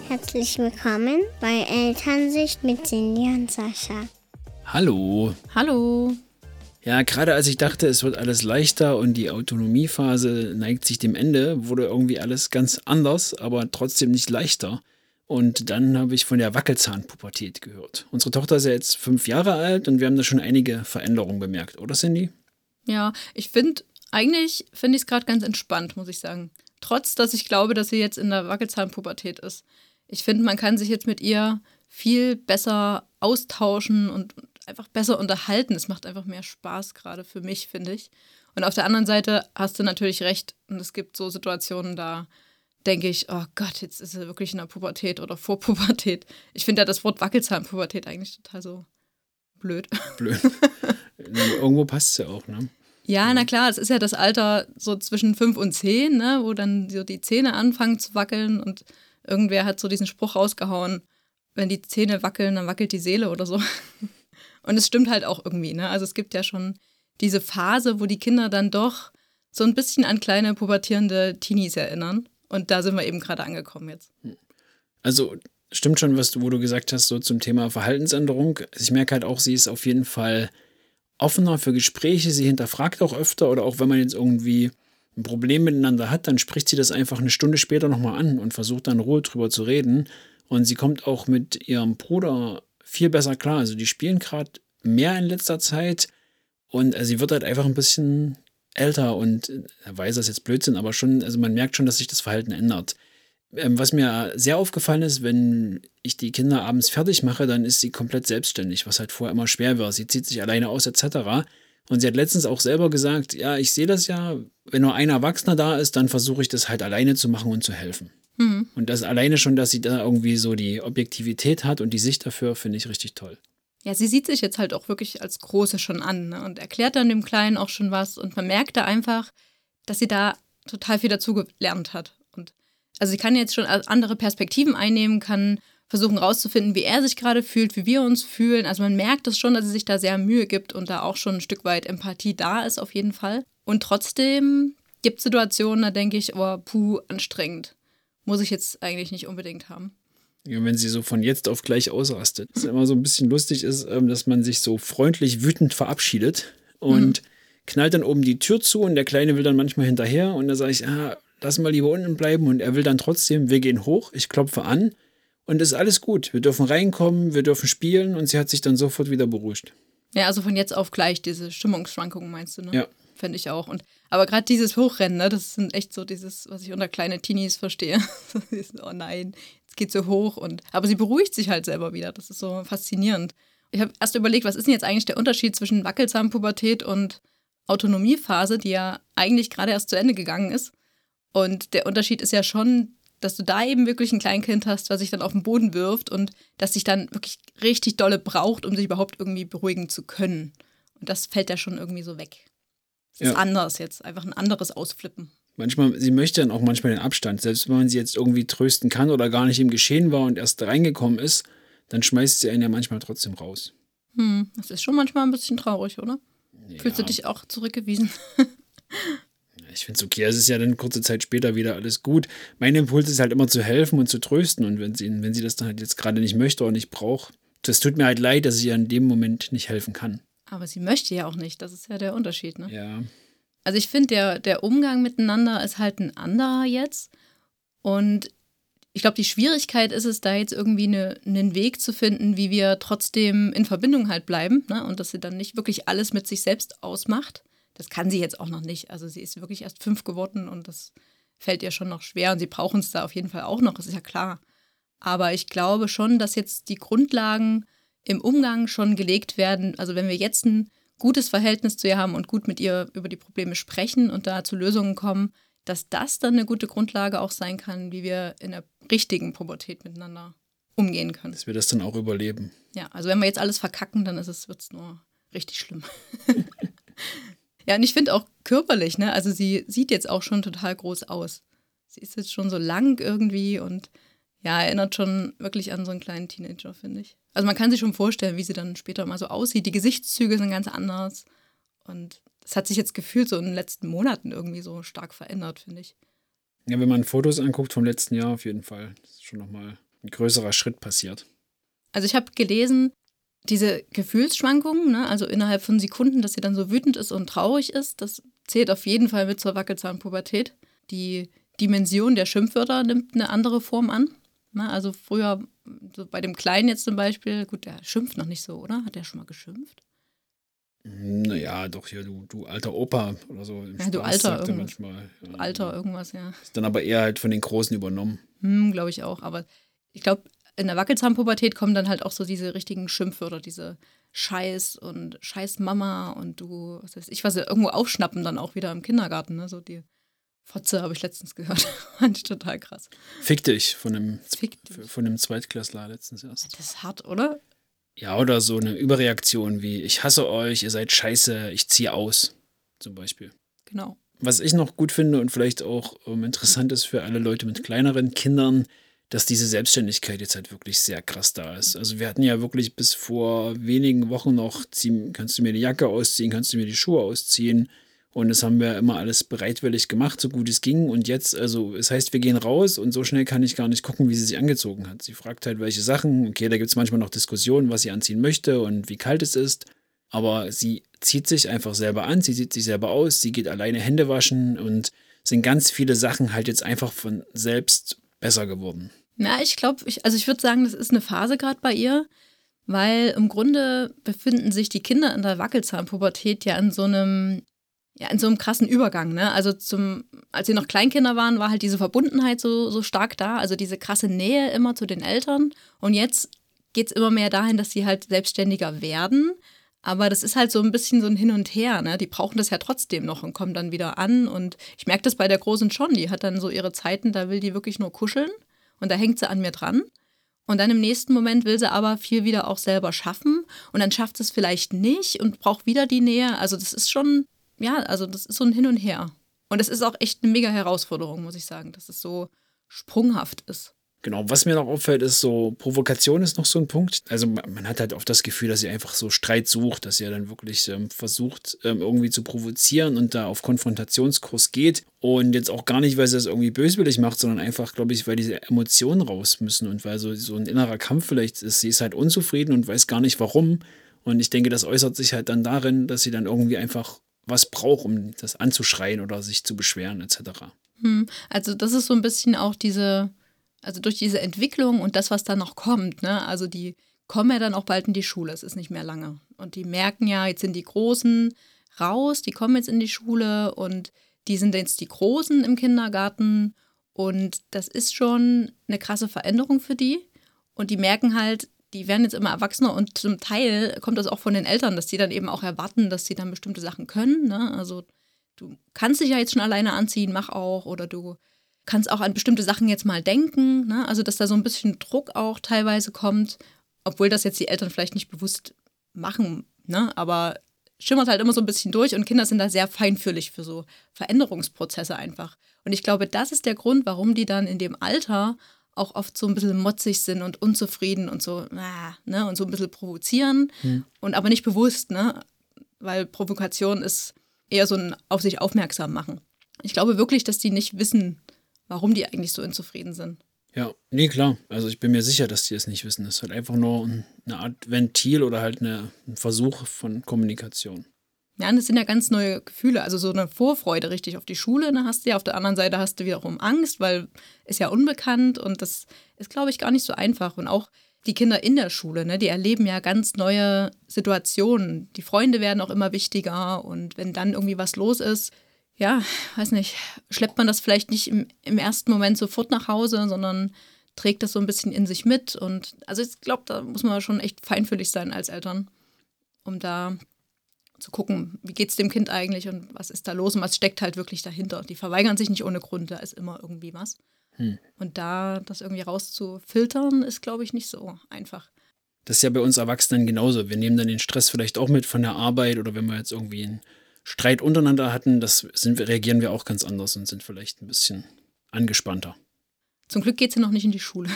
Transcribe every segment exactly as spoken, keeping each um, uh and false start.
Herzlich willkommen bei Elternsicht mit Cindy und Sascha. Hallo. Hallo. Ja, gerade als ich dachte, es wird alles leichter und die Autonomiephase neigt sich dem Ende, wurde irgendwie alles ganz anders, aber trotzdem nicht leichter. Und dann habe ich von der Wackelzahnpubertät gehört. Unsere Tochter ist ja jetzt fünf Jahre alt und wir haben da schon einige Veränderungen bemerkt, oder Cindy? Ja, ich finde, eigentlich finde ich es gerade ganz entspannt, muss ich sagen. Trotz, dass ich glaube, dass sie jetzt in der Wackelzahnpubertät ist. Ich finde, man kann sich jetzt mit ihr viel besser austauschen und einfach besser unterhalten. Es macht einfach mehr Spaß gerade für mich, finde ich. Und auf der anderen Seite hast du natürlich recht. Und es gibt so Situationen, da denke ich, oh Gott, jetzt ist sie wirklich in der Pubertät oder vor Pubertät. Ich finde ja das Wort Wackelzahnpubertät eigentlich total so blöd. Blöd. Irgendwo passt es ja auch, ne? Ja, na klar, es ist ja das Alter so zwischen fünf und zehn, ne, wo dann so die Zähne anfangen zu wackeln und irgendwer hat so diesen Spruch rausgehauen, wenn die Zähne wackeln, dann wackelt die Seele oder so. Und es stimmt halt auch irgendwie, ne? Also es gibt ja schon diese Phase, wo die Kinder dann doch so ein bisschen an kleine pubertierende Teenies erinnern. Und da sind wir eben gerade angekommen jetzt. Also stimmt schon, was du, wo du gesagt hast, so zum Thema Verhaltensänderung. Ich merke halt auch, sie ist auf jeden Fall offener für Gespräche, sie hinterfragt auch öfter oder auch wenn man jetzt irgendwie ein Problem miteinander hat, dann spricht sie das einfach eine Stunde später nochmal an und versucht dann in Ruhe drüber zu reden. Und sie kommt auch mit ihrem Bruder viel besser klar. Also die spielen gerade mehr in letzter Zeit und also sie wird halt einfach ein bisschen älter und er weiß, das jetzt Blödsinn, aber schon, also man merkt schon, dass sich das Verhalten ändert. Ähm, was mir sehr aufgefallen ist, wenn ich die Kinder abends fertig mache, dann ist sie komplett selbstständig, was halt vorher immer schwer war. Sie zieht sich alleine aus et cetera. Und sie hat letztens auch selber gesagt, ja, ich sehe das ja, wenn nur ein Erwachsener da ist, dann versuche ich das halt alleine zu machen und zu helfen. Mhm. Und das alleine schon, dass sie da irgendwie so die Objektivität hat und die Sicht dafür, finde ich richtig toll. Ja, sie sieht sich jetzt halt auch wirklich als Große schon an, ne? Und erklärt dann dem Kleinen auch schon was. Und man merkt da einfach, dass sie da total viel dazugelernt hat. Und also sie kann jetzt schon andere Perspektiven einnehmen, kann versuchen rauszufinden, wie er sich gerade fühlt, wie wir uns fühlen. Also man merkt es schon, dass sie sich da sehr Mühe gibt und da auch schon ein Stück weit Empathie da ist auf jeden Fall. Und trotzdem gibt es Situationen, da denke ich, oh, puh, anstrengend. Muss ich jetzt eigentlich nicht unbedingt haben. Ja, wenn sie so von jetzt auf gleich ausrastet. Was immer so ein bisschen lustig ist, dass man sich so freundlich wütend verabschiedet und mhm. knallt dann oben die Tür zu und der Kleine will dann manchmal hinterher und da sage ich, ah, lass mal lieber unten bleiben und er will dann trotzdem, wir gehen hoch, ich klopfe an und es ist alles gut. Wir dürfen reinkommen, wir dürfen spielen und sie hat sich dann sofort wieder beruhigt. Ja, also von jetzt auf gleich diese Stimmungsschwankungen meinst du, ne? Ja. Fände ich auch. Und, aber gerade dieses Hochrennen, ne, das sind echt so dieses, was ich unter kleine Teenies verstehe. Oh nein, es geht so hoch. Und, aber sie beruhigt sich halt selber wieder. Das ist so faszinierend. Ich habe erst überlegt, was ist denn jetzt eigentlich der Unterschied zwischen Wackelzahnpubertät und Autonomiephase, die ja eigentlich gerade erst zu Ende gegangen ist. Und der Unterschied ist ja schon, dass du da eben wirklich ein Kleinkind hast, was sich dann auf den Boden wirft und das sich dann wirklich richtig dolle braucht, um sich überhaupt irgendwie beruhigen zu können. Und das fällt ja schon irgendwie so weg. Es ist ja anders jetzt, einfach ein anderes Ausflippen. Manchmal, sie möchte dann auch manchmal den Abstand. Selbst wenn man sie jetzt irgendwie trösten kann oder gar nicht im Geschehen war und erst reingekommen ist, dann schmeißt sie einen ja manchmal trotzdem raus. Hm, das ist schon manchmal ein bisschen traurig, oder? Ja. Fühlst du dich auch zurückgewiesen? Ich finde es okay, es ist ja dann kurze Zeit später wieder alles gut. Mein Impuls ist halt immer zu helfen und zu trösten. Und wenn sie, wenn sie das dann halt jetzt gerade nicht möchte oder nicht braucht, das tut mir halt leid, dass ich ihr in dem Moment nicht helfen kann. Aber sie möchte ja auch nicht, das ist ja der Unterschied, ne? Ja. Also ich finde, der, der Umgang miteinander ist halt ein anderer jetzt. Und ich glaube, die Schwierigkeit ist es, da jetzt irgendwie eine, einen Weg zu finden, wie wir trotzdem in Verbindung halt bleiben, ne? Und dass sie dann nicht wirklich alles mit sich selbst ausmacht. Das kann sie jetzt auch noch nicht. Also sie ist wirklich erst fünf geworden und das fällt ihr schon noch schwer. Und sie brauchen es da auf jeden Fall auch noch, das ist ja klar. Aber ich glaube schon, dass jetzt die Grundlagen im Umgang schon gelegt werden. Also wenn wir jetzt ein gutes Verhältnis zu ihr haben und gut mit ihr über die Probleme sprechen und da zu Lösungen kommen, dass das dann eine gute Grundlage auch sein kann, wie wir in der richtigen Pubertät miteinander umgehen können. Dass wir das dann auch überleben. Ja, also wenn wir jetzt alles verkacken, dann ist es, wird es nur richtig schlimm. Ja, und ich finde auch körperlich, ne? Also sie sieht jetzt auch schon total groß aus. Sie ist jetzt schon so lang irgendwie und ja, erinnert schon wirklich an so einen kleinen Teenager, finde ich. Also man kann sich schon vorstellen, wie sie dann später mal so aussieht. Die Gesichtszüge sind ganz anders. Und das hat sich jetzt gefühlt so in den letzten Monaten irgendwie so stark verändert, finde ich. Ja, wenn man Fotos anguckt vom letzten Jahr, auf jeden Fall. Das ist schon nochmal ein größerer Schritt passiert. Also ich habe gelesen, diese Gefühlsschwankungen, ne, also innerhalb von Sekunden, dass sie dann so wütend ist und traurig ist, das zählt auf jeden Fall mit zur Wackelzahnpubertät. Die Dimension der Schimpfwörter nimmt eine andere Form an. Ne, also früher, so bei dem Kleinen jetzt zum Beispiel, gut, der schimpft noch nicht so, oder? Hat der schon mal geschimpft? Naja, doch hier, du, du alter Opa oder so. Im Ja, du Spaß alter sagt er irgendwas. manchmal. Ja, Alter, irgendwas, ja. ist dann aber eher halt von den Großen übernommen. Hm, glaube ich auch. Aber ich glaube, in der Wackelzahnpubertät kommen dann halt auch so diese richtigen Schimpfwörter, diese Scheiß und Scheiß Mama und du, was weiß ich, was sie irgendwo aufschnappen dann auch wieder im Kindergarten. Ne? So die Fotze habe ich letztens gehört. Fand ich total krass. Fick dich von einem, Fick dich. von einem Zweitklässler letztens erst. Das ist hart, oder? Ja, oder so eine Überreaktion wie ich hasse euch, ihr seid scheiße, ich ziehe aus, zum Beispiel. Genau. Was ich noch gut finde und vielleicht auch um, interessant ist für alle Leute mit kleineren Kindern, dass diese Selbstständigkeit jetzt halt wirklich sehr krass da ist. Also wir hatten ja wirklich bis vor wenigen Wochen noch, zieh, kannst du mir die Jacke ausziehen, kannst du mir die Schuhe ausziehen. Und das haben wir immer alles bereitwillig gemacht, so gut es ging. Und jetzt, also es heißt, wir gehen raus und so schnell kann ich gar nicht gucken, wie sie sich angezogen hat. Sie fragt halt, welche Sachen. Okay, da gibt es manchmal noch Diskussionen, was sie anziehen möchte und wie kalt es ist. Aber sie zieht sich einfach selber an, sie sieht sich selber aus, sie geht alleine Hände waschen und sind ganz viele Sachen halt jetzt einfach von selbst besser geworden. Na, ich glaube, ich, also ich würde sagen, das ist eine Phase gerade bei ihr, weil im Grunde befinden sich die Kinder in der Wackelzahnpubertät ja in so einem, ja, in so einem krassen Übergang. Ne? Also zum, als sie noch Kleinkinder waren, war halt diese Verbundenheit so, so stark da, also diese krasse Nähe immer zu den Eltern. Und jetzt geht es immer mehr dahin, dass sie halt selbstständiger werden. Aber das ist halt so ein bisschen so ein Hin und Her, ne? Die brauchen das ja trotzdem noch und kommen dann wieder an. Und ich merke das bei der Großen schon, die hat dann so ihre Zeiten, da will die wirklich nur kuscheln. Und da hängt sie an mir dran. Und dann im nächsten Moment will sie aber viel wieder auch selber schaffen. Und dann schafft sie es vielleicht nicht und braucht wieder die Nähe. Also das ist schon, ja, also das ist so ein Hin und Her. Und es ist auch echt eine mega Herausforderung, muss ich sagen, dass es so sprunghaft ist. Genau, was mir noch auffällt, ist so, Provokation ist noch so ein Punkt. Also man hat halt oft das Gefühl, dass sie einfach so Streit sucht, dass sie ja dann wirklich ähm, versucht, ähm, irgendwie zu provozieren und da auf Konfrontationskurs geht. Und jetzt auch gar nicht, weil sie das irgendwie böswillig macht, sondern einfach, glaube ich, weil diese Emotionen raus müssen und weil so, so ein innerer Kampf vielleicht ist. Sie ist halt unzufrieden und weiß gar nicht warum. Und ich denke, das äußert sich halt dann darin, dass sie dann irgendwie einfach was braucht, um das anzuschreien oder sich zu beschweren et cetera. Hm, also das ist so ein bisschen auch diese... Also durch diese Entwicklung und das, was da noch kommt, ne? Also die kommen ja dann auch bald in die Schule, es ist nicht mehr lange. Und die merken ja, jetzt sind die Großen raus, die kommen jetzt in die Schule und die sind jetzt die Großen im Kindergarten. Und das ist schon eine krasse Veränderung für die. Und die merken halt, die werden jetzt immer erwachsener und zum Teil kommt das auch von den Eltern, dass die dann eben auch erwarten, dass sie dann bestimmte Sachen können. Ne? Also du kannst dich ja jetzt schon alleine anziehen, mach auch, oder du kannst auch an bestimmte Sachen jetzt mal denken, ne? Also dass da so ein bisschen Druck auch teilweise kommt, obwohl das jetzt die Eltern vielleicht nicht bewusst machen, ne? Aber schimmert halt immer so ein bisschen durch und Kinder sind da sehr feinfühlig für so Veränderungsprozesse einfach. Und ich glaube, das ist der Grund, warum die dann in dem Alter auch oft so ein bisschen motzig sind und unzufrieden und so, na, ne? Und so ein bisschen provozieren hm. und aber nicht bewusst, ne? Weil Provokation ist eher so ein auf sich aufmerksam machen. Ich glaube wirklich, dass die nicht wissen, warum die eigentlich so unzufrieden sind. Ja, nee, klar. Also ich bin mir sicher, dass die es nicht wissen. Das ist halt einfach nur eine Art Ventil oder halt eine, ein Versuch von Kommunikation. Ja, und das sind ja ganz neue Gefühle. Also so eine Vorfreude richtig auf die Schule, ne, hast du ja. Auf der anderen Seite hast du wiederum Angst, weil ist ja unbekannt und das ist, glaube ich, gar nicht so einfach. Und auch die Kinder in der Schule, ne, die erleben ja ganz neue Situationen. Die Freunde werden auch immer wichtiger und wenn dann irgendwie was los ist, ja, weiß nicht, schleppt man das vielleicht nicht im, im ersten Moment sofort nach Hause, sondern trägt das so ein bisschen in sich mit. Und also ich glaube, da muss man schon echt feinfühlig sein als Eltern, um da zu gucken, wie geht es dem Kind eigentlich und was ist da los und was steckt halt wirklich dahinter. Die verweigern sich nicht ohne Grund, da ist immer irgendwie was. Hm. Und da das irgendwie rauszufiltern, ist, glaube ich, nicht so einfach. Das ist ja bei uns Erwachsenen genauso. Wir nehmen dann den Stress vielleicht auch mit von der Arbeit oder wenn wir jetzt irgendwie ein Streit untereinander hatten, das sind, reagieren wir auch ganz anders und sind vielleicht ein bisschen angespannter. Zum Glück geht sie noch nicht in die Schule.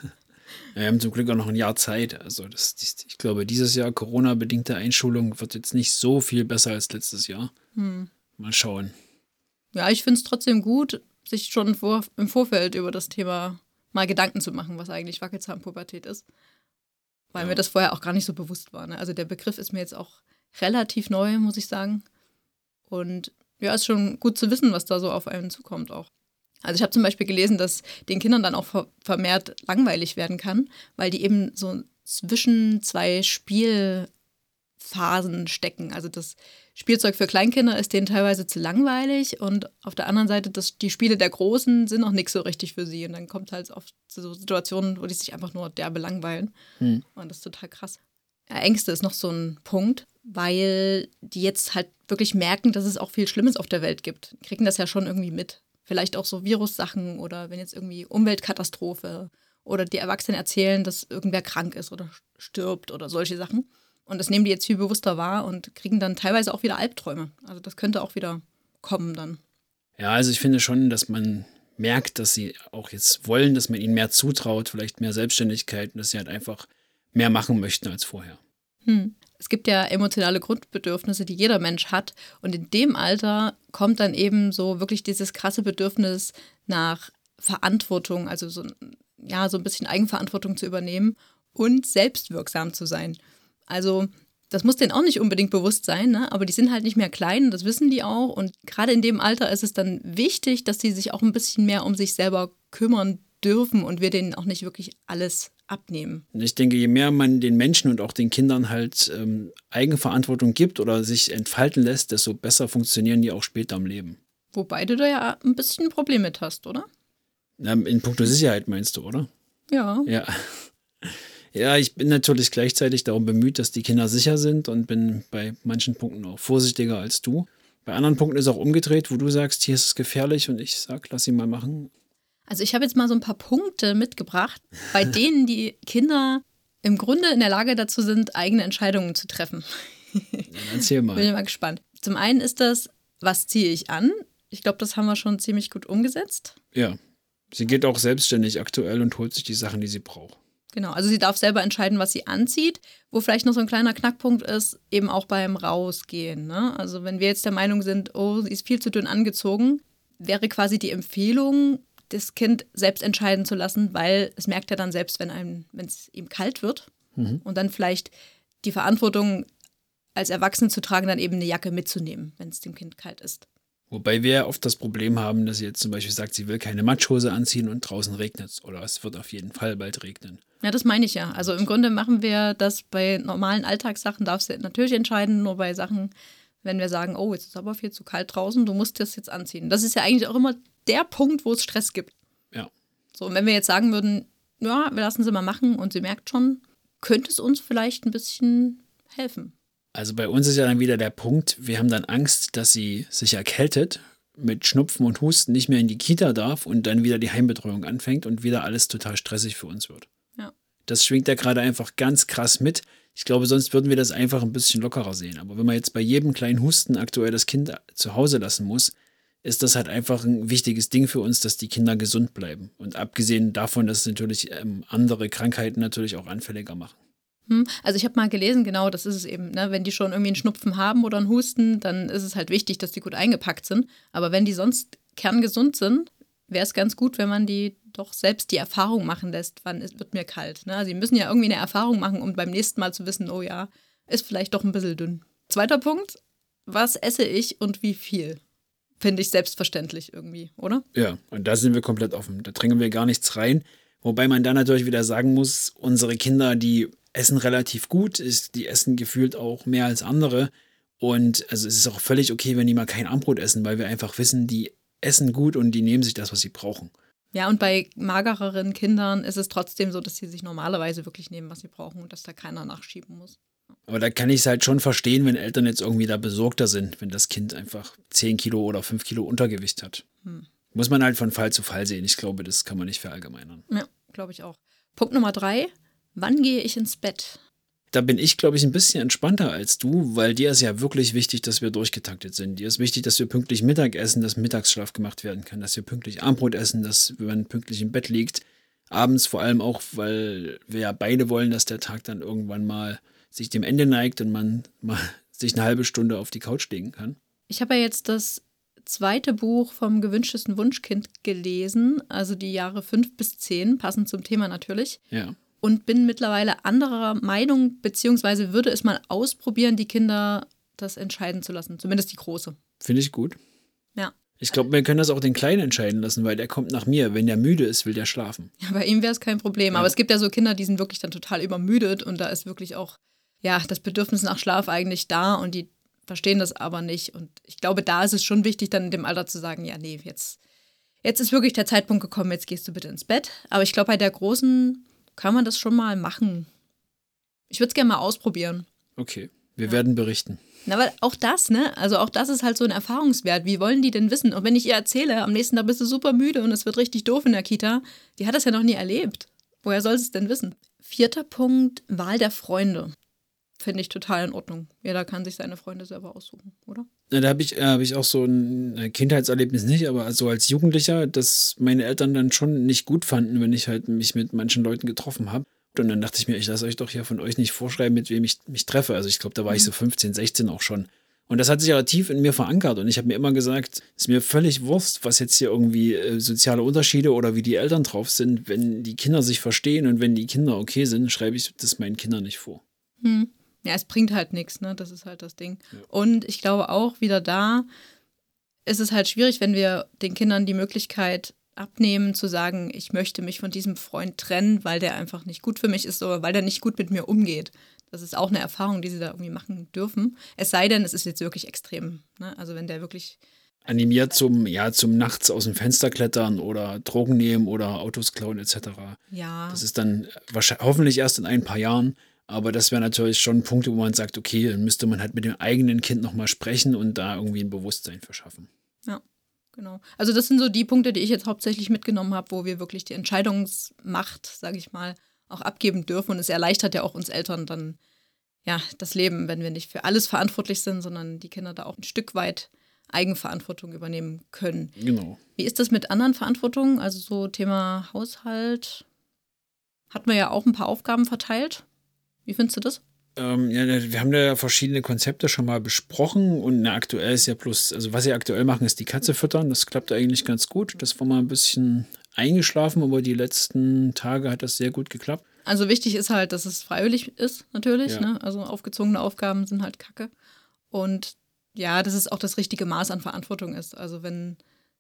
Wir haben zum Glück auch noch ein Jahr Zeit. Also das, ich glaube, dieses Jahr Corona-bedingte Einschulung wird jetzt nicht so viel besser als letztes Jahr. Hm. Mal schauen. Ja, ich finde es trotzdem gut, sich schon vor, im Vorfeld über das Thema mal Gedanken zu machen, was eigentlich Wackelzahnpubertät ist. Weil Ja. mir das vorher auch gar nicht so bewusst war. Ne? Also der Begriff ist mir jetzt auch relativ neu, muss ich sagen. Und ja, ist schon gut zu wissen, was da so auf einen zukommt auch. Also ich habe zum Beispiel gelesen, dass den Kindern dann auch ver- vermehrt langweilig werden kann, weil die eben so zwischen zwei Spielphasen stecken. Also das Spielzeug für Kleinkinder ist denen teilweise zu langweilig und auf der anderen Seite, das, die Spiele der Großen sind noch nichts so richtig für sie. Und dann kommt halt oft zu so Situationen, wo die sich einfach nur derbe langweilen. Hm. Und das ist total krass. Ja, Ängste ist noch so ein Punkt, weil die jetzt halt wirklich merken, dass es auch viel Schlimmes auf der Welt gibt. Die kriegen das ja schon irgendwie mit. Vielleicht auch so Virussachen oder wenn jetzt irgendwie Umweltkatastrophe oder die Erwachsenen erzählen, dass irgendwer krank ist oder stirbt oder solche Sachen. Und das nehmen die jetzt viel bewusster wahr und kriegen dann teilweise auch wieder Albträume. Also das könnte auch wieder kommen dann. Ja, also ich finde schon, dass man merkt, dass sie auch jetzt wollen, dass man ihnen mehr zutraut, vielleicht mehr Selbstständigkeit und dass sie halt einfach mehr machen möchten als vorher. Hm. Es gibt ja emotionale Grundbedürfnisse, die jeder Mensch hat. Und in dem Alter kommt dann eben so wirklich dieses krasse Bedürfnis nach Verantwortung, also so, ja, so ein bisschen Eigenverantwortung zu übernehmen und selbstwirksam zu sein. Also das muss denen auch nicht unbedingt bewusst sein, ne? Aber die sind halt nicht mehr klein, das wissen die auch. Und gerade in dem Alter ist es dann wichtig, dass sie sich auch ein bisschen mehr um sich selber kümmern dürfen und wir denen auch nicht wirklich alles abnehmen. Und ich denke, je mehr man den Menschen und auch den Kindern halt ähm, Eigenverantwortung gibt oder sich entfalten lässt, desto besser funktionieren die auch später im Leben. Wobei du da ja ein bisschen ein Problem mit hast, oder? Na, in puncto Sicherheit meinst du, oder? Ja. Ja. Ja, ich bin natürlich gleichzeitig darum bemüht, dass die Kinder sicher sind und bin bei manchen Punkten auch vorsichtiger als du. Bei anderen Punkten ist auch umgedreht, wo du sagst, hier ist es gefährlich und ich sag, lass sie mal machen. Also ich habe jetzt mal so ein paar Punkte mitgebracht, bei denen die Kinder im Grunde in der Lage dazu sind, eigene Entscheidungen zu treffen. Dann erzähl Bin mal. ich mal gespannt. Zum einen ist das, was ziehe ich an? Ich glaube, das haben wir schon ziemlich gut umgesetzt. Ja, sie geht auch selbstständig aktuell und holt sich die Sachen, die sie braucht. Genau, also sie darf selber entscheiden, was sie anzieht. Wo vielleicht noch so ein kleiner Knackpunkt ist, eben auch beim Rausgehen. Ne? Also wenn wir jetzt der Meinung sind, oh, sie ist viel zu dünn angezogen, wäre quasi die Empfehlung, das Kind selbst entscheiden zu lassen, weil es merkt ja dann selbst, wenn einem, wenn es ihm kalt wird Mhm. und dann vielleicht die Verantwortung als Erwachsene zu tragen, dann eben eine Jacke mitzunehmen, wenn es dem Kind kalt ist. Wobei wir oft das Problem haben, dass sie jetzt zum Beispiel sagt, sie will keine Matschhose anziehen und draußen regnet es. Oder es wird auf jeden Fall bald regnen. Ja, das meine ich ja. Also im Grunde machen wir das bei normalen Alltagssachen, darfst du natürlich entscheiden, nur bei Sachen, wenn wir sagen, oh, jetzt ist aber viel zu kalt draußen, du musst das jetzt anziehen. Das ist ja eigentlich auch immer der Punkt, wo es Stress gibt. Ja. So, und wenn wir jetzt sagen würden, ja, wir lassen sie mal machen und sie merkt schon, könnte es uns vielleicht ein bisschen helfen. Also bei uns ist ja dann wieder der Punkt, wir haben dann Angst, dass sie sich erkältet, mit Schnupfen und Husten nicht mehr in die Kita darf und dann wieder die Heimbetreuung anfängt und wieder alles total stressig für uns wird. Ja. Das schwingt ja gerade einfach ganz krass mit. Ich glaube, sonst würden wir das einfach ein bisschen lockerer sehen. Aber wenn man jetzt bei jedem kleinen Husten aktuell das Kind zu Hause lassen muss, ist das halt einfach ein wichtiges Ding für uns, dass die Kinder gesund bleiben. Und abgesehen davon, dass es natürlich ähm, andere Krankheiten natürlich auch anfälliger machen. Hm, Also ich habe mal gelesen, genau, das ist es eben, ne? Wenn die schon irgendwie einen Schnupfen haben oder einen Husten, dann ist es halt wichtig, dass die gut eingepackt sind. Aber wenn die sonst kerngesund sind, wäre es ganz gut, wenn man die doch selbst die Erfahrung machen lässt, wann ist, wird mir kalt. Ne? Sie müssen ja irgendwie eine Erfahrung machen, um beim nächsten Mal zu wissen, oh ja, ist vielleicht doch ein bisschen dünn. Zweiter Punkt, was esse ich und wie viel? Finde ich selbstverständlich irgendwie, oder? Ja, und da sind wir komplett offen. Da drängen wir gar nichts rein. Wobei man da natürlich wieder sagen muss, unsere Kinder, die essen relativ gut, ist, die essen gefühlt auch mehr als andere. Und also es ist auch völlig okay, wenn die mal kein Armbrot essen, weil wir einfach wissen, die essen gut und die nehmen sich das, was sie brauchen. Ja, und bei magereren Kindern ist es trotzdem so, dass sie sich normalerweise wirklich nehmen, was sie brauchen und dass da keiner nachschieben muss. Aber da kann ich es halt schon verstehen, wenn Eltern jetzt irgendwie da besorgter sind, wenn das Kind einfach zehn Kilo oder fünf Kilo Untergewicht hat. Hm. Muss man halt von Fall zu Fall sehen. Ich glaube, das kann man nicht verallgemeinern. Ja, glaube ich auch. Punkt Nummer drei, wann gehe ich ins Bett? Da bin ich, glaube ich, ein bisschen entspannter als du, weil dir ist ja wirklich wichtig, dass wir durchgetaktet sind. Dir ist wichtig, dass wir pünktlich Mittag essen, dass Mittagsschlaf gemacht werden kann, dass wir pünktlich Abendbrot essen, dass man pünktlich im Bett liegt. Abends vor allem auch, weil wir ja beide wollen, dass der Tag dann irgendwann mal sich dem Ende neigt und man mal sich eine halbe Stunde auf die Couch legen kann. Ich habe ja jetzt das zweite Buch vom gewünschtesten Wunschkind gelesen, also die Jahre fünf bis zehn, passend zum Thema natürlich. Ja. Und bin mittlerweile anderer Meinung, beziehungsweise würde es mal ausprobieren, die Kinder das entscheiden zu lassen. Zumindest die Große. Finde ich gut. Ja. Ich glaube, wir können das auch den Kleinen entscheiden lassen, weil der kommt nach mir. Wenn der müde ist, will der schlafen. Ja, bei ihm wäre es kein Problem. Ja. Aber es gibt ja so Kinder, die sind wirklich dann total übermüdet und da ist wirklich auch ja, das Bedürfnis nach Schlaf eigentlich da und die verstehen das aber nicht. Und ich glaube, da ist es schon wichtig, dann in dem Alter zu sagen, ja, nee, jetzt, jetzt ist wirklich der Zeitpunkt gekommen, jetzt gehst du bitte ins Bett. Aber ich glaube, bei der Großen kann man das schon mal machen. Ich würde es gerne mal ausprobieren. Okay, wir Ja. werden berichten. Na, weil auch das, ne? Also auch das ist halt so ein Erfahrungswert. Wie wollen die denn wissen? Und wenn ich ihr erzähle, am nächsten Tag bist du super müde und es wird richtig doof in der Kita, die hat das ja noch nie erlebt. Woher soll sie es denn wissen? Vierter Punkt, Wahl der Freunde. Finde ich total in Ordnung. Jeder kann sich seine Freunde selber aussuchen, oder? Na, da habe ich, äh, hab ich auch so ein Kindheitserlebnis nicht, aber so als Jugendlicher, dass meine Eltern dann schon nicht gut fanden, wenn ich halt mich mit manchen Leuten getroffen habe. Und dann dachte ich mir, ich lasse euch doch hier von euch nicht vorschreiben, mit wem ich mich treffe. Also ich glaube, da war ich so fünfzehn, sechzehn auch schon. Und das hat sich aber tief in mir verankert. Und ich habe mir immer gesagt, es ist mir völlig Wurst, was jetzt hier irgendwie äh, soziale Unterschiede oder wie die Eltern drauf sind. Wenn die Kinder sich verstehen und wenn die Kinder okay sind, schreibe ich das meinen Kindern nicht vor. Hm. Ja, es bringt halt nichts, ne? Das ist halt das Ding. Ja. Und ich glaube auch, wieder da ist es halt schwierig, wenn wir den Kindern die Möglichkeit abnehmen, zu sagen, ich möchte mich von diesem Freund trennen, weil der einfach nicht gut für mich ist oder weil der nicht gut mit mir umgeht. Das ist auch eine Erfahrung, die sie da irgendwie machen dürfen. Es sei denn, es ist jetzt wirklich extrem. Ne? Also wenn der wirklich Animiert zum, ja, zum nachts aus dem Fenster klettern oder Drogen nehmen oder Autos klauen et cetera. ja, Das ist dann wahrscheinlich, hoffentlich erst in ein paar Jahren. Aber das wäre natürlich schon Punkte, wo man sagt, okay, dann müsste man halt mit dem eigenen Kind nochmal sprechen und da irgendwie ein Bewusstsein für schaffen. ja, genau. Also das sind so die Punkte, die ich jetzt hauptsächlich mitgenommen habe, wo wir wirklich die Entscheidungsmacht, sage ich mal, auch abgeben dürfen. Und es erleichtert ja auch uns Eltern dann ja das Leben, wenn wir nicht für alles verantwortlich sind, sondern die Kinder da auch ein Stück weit Eigenverantwortung übernehmen können. Genau. Wie ist das mit anderen Verantwortungen? Also so Thema Haushalt. Hat man ja auch ein paar Aufgaben verteilt. Wie findest du das? Ähm, ja, wir haben da ja verschiedene Konzepte schon mal besprochen und na, aktuell ist ja bloß, also was sie aktuell machen, ist die Katze füttern. Das klappt eigentlich ganz gut. Das war mal ein bisschen eingeschlafen, aber die letzten Tage hat das sehr gut geklappt. Also wichtig ist halt, dass es freiwillig ist, natürlich. Ja. Ne? Also aufgezwungene Aufgaben sind halt Kacke. Und ja, dass es auch das richtige Maß an Verantwortung ist. Also wenn,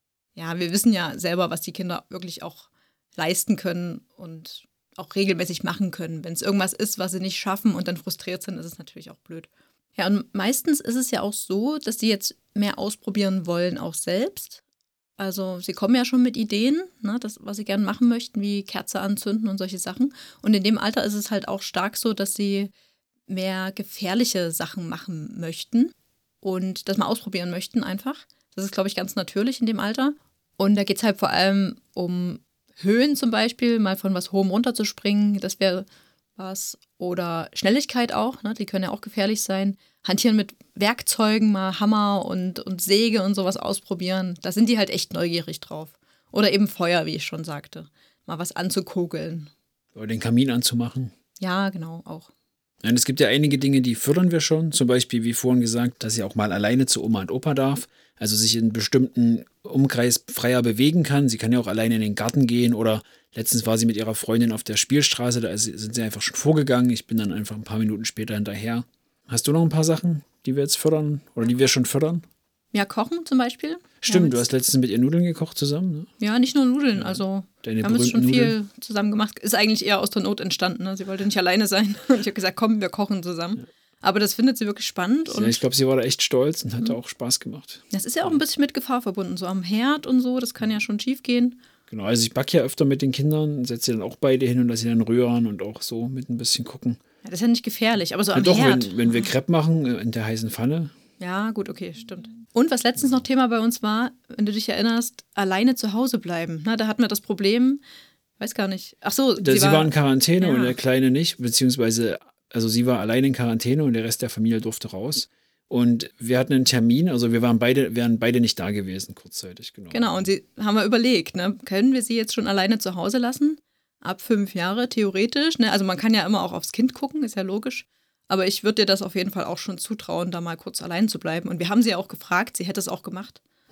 ja, wir wissen ja selber, was die Kinder wirklich auch leisten können und auch regelmäßig machen können. Wenn es irgendwas ist, was sie nicht schaffen und dann frustriert sind, ist es natürlich auch blöd. Ja, und meistens ist es ja auch so, dass sie jetzt mehr ausprobieren wollen, auch selbst. Also sie kommen ja schon mit Ideen, ne, das, was sie gerne machen möchten, wie Kerze anzünden und solche Sachen. Und in dem Alter ist es halt auch stark so, dass sie mehr gefährliche Sachen machen möchten und das mal ausprobieren möchten einfach. Das ist, glaube ich, ganz natürlich in dem Alter. Und da geht es halt vor allem um Höhen zum Beispiel, mal von was Hohem runterzuspringen, das wäre was. Oder Schnelligkeit auch, ne? Die können ja auch gefährlich sein. Hantieren mit Werkzeugen, mal Hammer und, und Säge und sowas ausprobieren. Da sind die halt echt neugierig drauf. Oder eben Feuer, wie ich schon sagte. Mal was anzukugeln. Oder den Kamin anzumachen. Ja, genau, auch. Und es gibt ja einige Dinge, die fördern wir schon. Zum Beispiel, wie vorhin gesagt, dass sie auch mal alleine zu Oma und Opa darf. Also sich in einem bestimmten Umkreis freier bewegen kann. Sie kann ja auch alleine in den Garten gehen oder letztens war sie mit ihrer Freundin auf der Spielstraße. Da sind sie einfach schon vorgegangen. Ich bin dann einfach ein paar Minuten später hinterher. Hast du noch ein paar Sachen, die wir jetzt fördern oder die wir schon fördern? Ja, kochen zum Beispiel. Stimmt, ja, du hast letztens mit ihr Nudeln gekocht zusammen, ne? Ja, nicht nur Nudeln, also Deine wir haben jetzt schon berühmten viel Nudeln. zusammen gemacht. Ist eigentlich eher aus der Not entstanden. Ne? Sie wollte nicht alleine sein. Und ich habe gesagt, komm, wir kochen zusammen. Ja. Aber das findet sie wirklich spannend. Und Ja, ich glaube, sie war da echt stolz und hat auch Spaß gemacht. das ist ja auch ein bisschen mit Gefahr verbunden. So am Herd und so, das kann ja schon schief gehen. Genau, also ich backe ja öfter mit den Kindern, setze sie dann auch beide hin und lasse sie dann rühren und auch so mit ein bisschen gucken. Ja, das ist ja nicht gefährlich, aber so Ja, am doch, Herd. wenn, wenn wir Crepe machen äh, in der heißen Pfanne. Ja, gut, okay, stimmt. Und was letztens noch Thema bei uns war, wenn du dich erinnerst, alleine zu Hause bleiben. Na, da hatten wir das Problem, weiß gar nicht. Ach so, Da, sie, war, war in Quarantäne ja. und der Kleine nicht, beziehungsweise, also sie war alleine in Quarantäne und der Rest der Familie durfte raus. Und wir hatten einen Termin, also wir waren beide, wären beide nicht da gewesen, kurzzeitig. Genau, genau und sie haben wir überlegt, ne, können wir sie jetzt schon alleine zu Hause lassen? Ab fünf Jahre, theoretisch. Ne? Also man kann ja immer auch aufs Kind gucken, ist ja logisch. Aber ich würde dir das auf jeden Fall auch schon zutrauen, da mal kurz allein zu bleiben. Und wir haben sie ja auch gefragt, sie hätte es auch gemacht. Hm.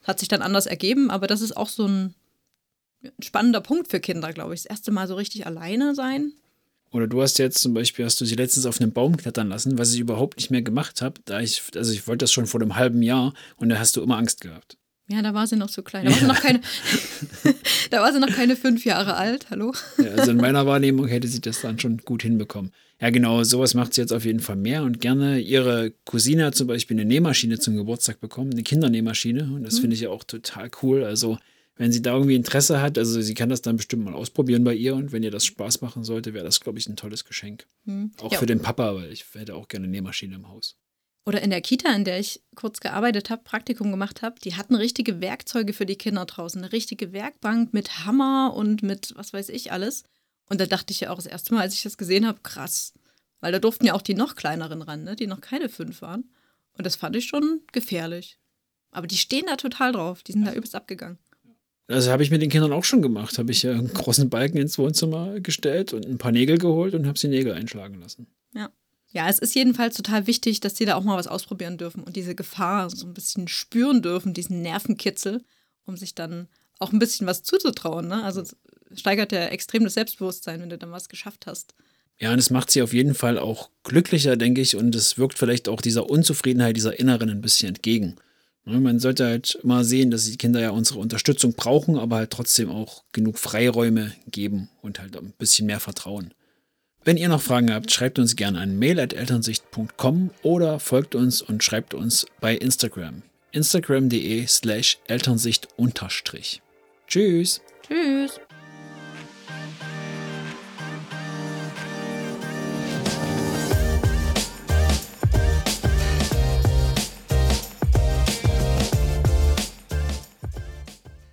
Hat sich dann anders ergeben, aber das ist auch so ein spannender Punkt für Kinder, glaube ich. Das erste Mal so richtig alleine sein. Oder du hast jetzt zum Beispiel, hast du sie letztens auf einem Baum klettern lassen, was ich überhaupt nicht mehr gemacht habe. Da ich, also ich wollte das schon vor einem halben Jahr und da hast du immer Angst gehabt. Ja, da war sie noch so klein. Da war sie noch keine, da war sie noch keine fünf Jahre alt. Hallo? Ja, also in meiner Wahrnehmung hätte sie das dann schon gut hinbekommen. Ja, genau, sowas macht sie jetzt auf jeden Fall mehr und gerne. Ihre Cousine hat zum Beispiel eine Nähmaschine zum Geburtstag bekommen, eine Kindernähmaschine. Und das mhm. finde ich ja auch total cool. Also wenn sie da irgendwie Interesse hat, also sie kann das dann bestimmt mal ausprobieren bei ihr und wenn ihr das Spaß machen sollte, wäre das, glaube ich, ein tolles Geschenk. Mhm. Auch ja. für den Papa, weil ich hätte auch gerne eine Nähmaschine im Haus. Oder in der Kita, in der ich kurz gearbeitet habe, Praktikum gemacht habe, die hatten richtige Werkzeuge für die Kinder draußen. Eine richtige Werkbank mit Hammer und mit was weiß ich alles. Und da dachte ich ja auch das erste Mal, als ich das gesehen habe, krass. Weil da durften ja auch die noch kleineren ran, ne? Die noch keine fünf waren. Und das fand ich schon gefährlich. Aber die stehen da total drauf. Die sind da übelst abgegangen. Also habe ich mit den Kindern auch schon gemacht. Habe ich ja einen großen Balken ins Wohnzimmer gestellt und ein paar Nägel geholt und habe sie Nägel einschlagen lassen. Ja. Ja, es ist jedenfalls total wichtig, dass die da auch mal was ausprobieren dürfen und diese Gefahr so ein bisschen spüren dürfen, diesen Nervenkitzel, um sich dann auch ein bisschen was zuzutrauen. Ne? Also es steigert ja extrem das Selbstbewusstsein, wenn du dann was geschafft hast. Ja, und es macht sie auf jeden Fall auch glücklicher, denke ich, und es wirkt vielleicht auch dieser Unzufriedenheit dieser Inneren ein bisschen entgegen. Man sollte halt immer sehen, dass die Kinder ja unsere Unterstützung brauchen, aber halt trotzdem auch genug Freiräume geben und halt ein bisschen mehr Vertrauen. Wenn ihr noch Fragen habt, schreibt uns gerne an mail at elternsicht punkt com oder folgt uns und schreibt uns bei Instagram. Instagram.de slash Elternsicht unterstrich. Tschüss. Tschüss.